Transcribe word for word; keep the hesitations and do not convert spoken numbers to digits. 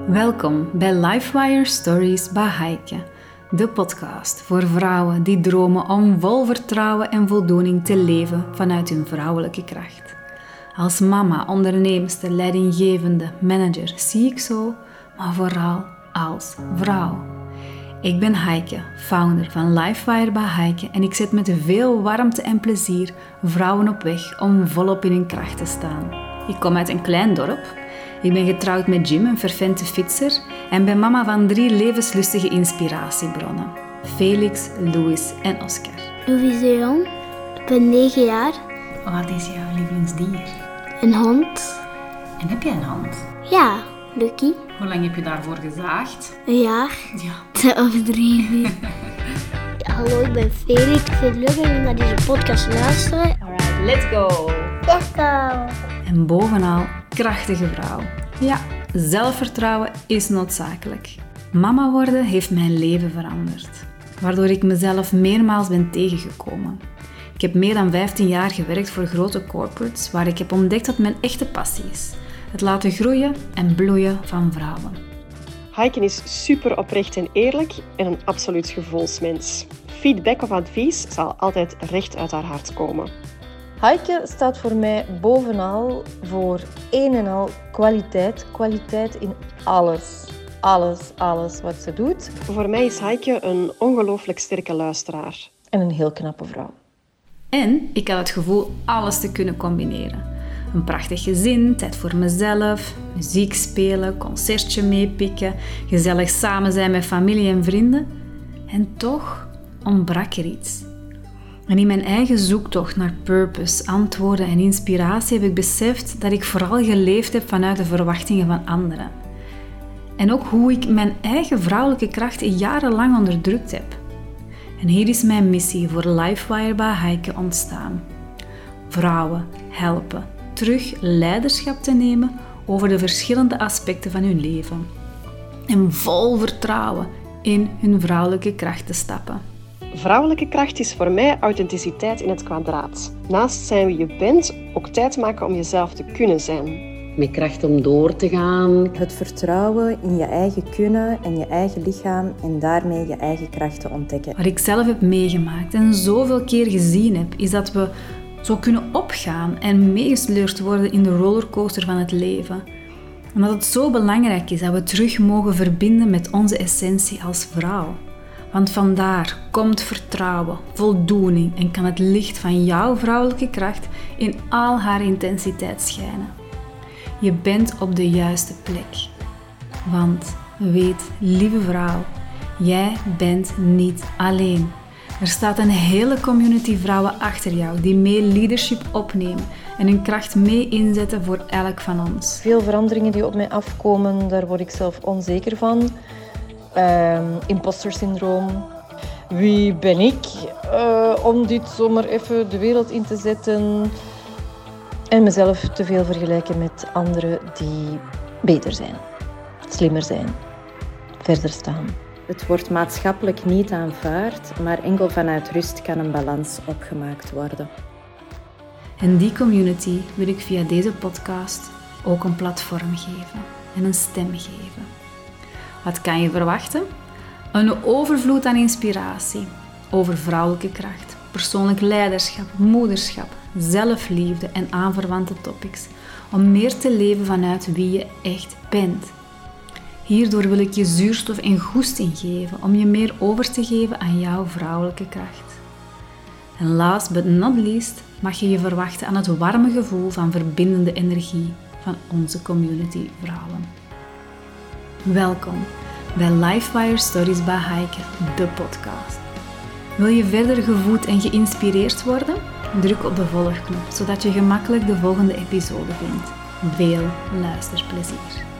Welkom bij Lifewire Stories bij Heike, de podcast voor vrouwen die dromen om vol vertrouwen en voldoening te leven vanuit hun vrouwelijke kracht. Als mama, onderneemster, leidinggevende, manager zie ik zo, maar vooral als vrouw. Ik ben Heike, founder van Lifewire bij Heike en ik zet met veel warmte en plezier vrouwen op weg om volop in hun kracht te staan. Ik kom uit een klein dorp. Ik ben getrouwd met Jim, een fervente fietser, en ben mama van drie levenslustige inspiratiebronnen. Felix, Louis en Oscar. Louis de Jong, ik ben negen jaar. Wat is jouw lievelingsdier? Een hond. En heb jij een hond? Ja, Lucky. Hoe lang heb je daarvoor gezaagd? Een jaar. Ja. Te overdreven. Ja, hallo, ik ben Felix. Ik vind het leuk dat jullie naar deze podcast luisteren. Alright, let's go! Let's go! En bovenal, krachtige vrouw. Ja, zelfvertrouwen is noodzakelijk. Mama worden heeft mijn leven veranderd, waardoor ik mezelf meermaals ben tegengekomen. Ik heb meer dan vijftien jaar gewerkt voor grote corporates, waar ik heb ontdekt wat mijn echte passie is. Het laten groeien en bloeien van vrouwen. Heike is super oprecht en eerlijk en een absoluut gevoelsmens. Feedback of advies zal altijd recht uit haar hart komen. Heike staat voor mij bovenal voor een en al kwaliteit. Kwaliteit in alles. Alles, alles wat ze doet. Voor mij is Heike een ongelooflijk sterke luisteraar. En een heel knappe vrouw. En ik had het gevoel alles te kunnen combineren. Een prachtig gezin, tijd voor mezelf, muziek spelen, concertje meepikken, gezellig samen zijn met familie en vrienden. En toch ontbrak er iets. En in mijn eigen zoektocht naar purpose, antwoorden en inspiratie heb ik beseft dat ik vooral geleefd heb vanuit de verwachtingen van anderen. En ook hoe ik mijn eigen vrouwelijke kracht jarenlang onderdrukt heb. En hier is mijn missie voor Lifewire bij Heike ontstaan. Vrouwen helpen terug leiderschap te nemen over de verschillende aspecten van hun leven. En vol vertrouwen in hun vrouwelijke kracht te stappen. Vrouwelijke kracht is voor mij authenticiteit in het kwadraat. Naast zijn wie je bent, ook tijd maken om jezelf te kunnen zijn. Met kracht om door te gaan. Het vertrouwen in je eigen kunnen en je eigen lichaam en daarmee je eigen kracht te ontdekken. Wat ik zelf heb meegemaakt en zoveel keer gezien heb, is dat we zo kunnen opgaan en meegesleurd worden in de rollercoaster van het leven. En dat het zo belangrijk is dat we terug mogen verbinden met onze essentie als vrouw. Want vandaar komt vertrouwen, voldoening en kan het licht van jouw vrouwelijke kracht in al haar intensiteit schijnen. Je bent op de juiste plek. Want weet, lieve vrouw, jij bent niet alleen. Er staat een hele community vrouwen achter jou die mee leadership opnemen en hun kracht mee inzetten voor elk van ons. Veel veranderingen die op mij afkomen, daar word ik zelf onzeker van. Uh, imposter syndroom. Wie ben ik uh, om dit zomaar even de wereld in te zetten? En mezelf te veel vergelijken met anderen die beter zijn, slimmer zijn, verder staan. Het wordt maatschappelijk niet aanvaard, maar enkel vanuit rust kan een balans opgemaakt worden. En die community wil ik via deze podcast ook een platform geven en een stem geven. Wat kan je verwachten? Een overvloed aan inspiratie over vrouwelijke kracht, persoonlijk leiderschap, moederschap, zelfliefde en aanverwante topics, om meer te leven vanuit wie je echt bent. Hierdoor wil ik je zuurstof en goesting geven om je meer over te geven aan jouw vrouwelijke kracht. En last but not least mag je je verwachten aan het warme gevoel van verbindende energie van onze community vrouwen. Welkom bij Lifewire Stories bij Heike, de podcast. Wil je verder gevoed en geïnspireerd worden? Druk op de volgknop, zodat je gemakkelijk de volgende episode vindt. Veel luisterplezier!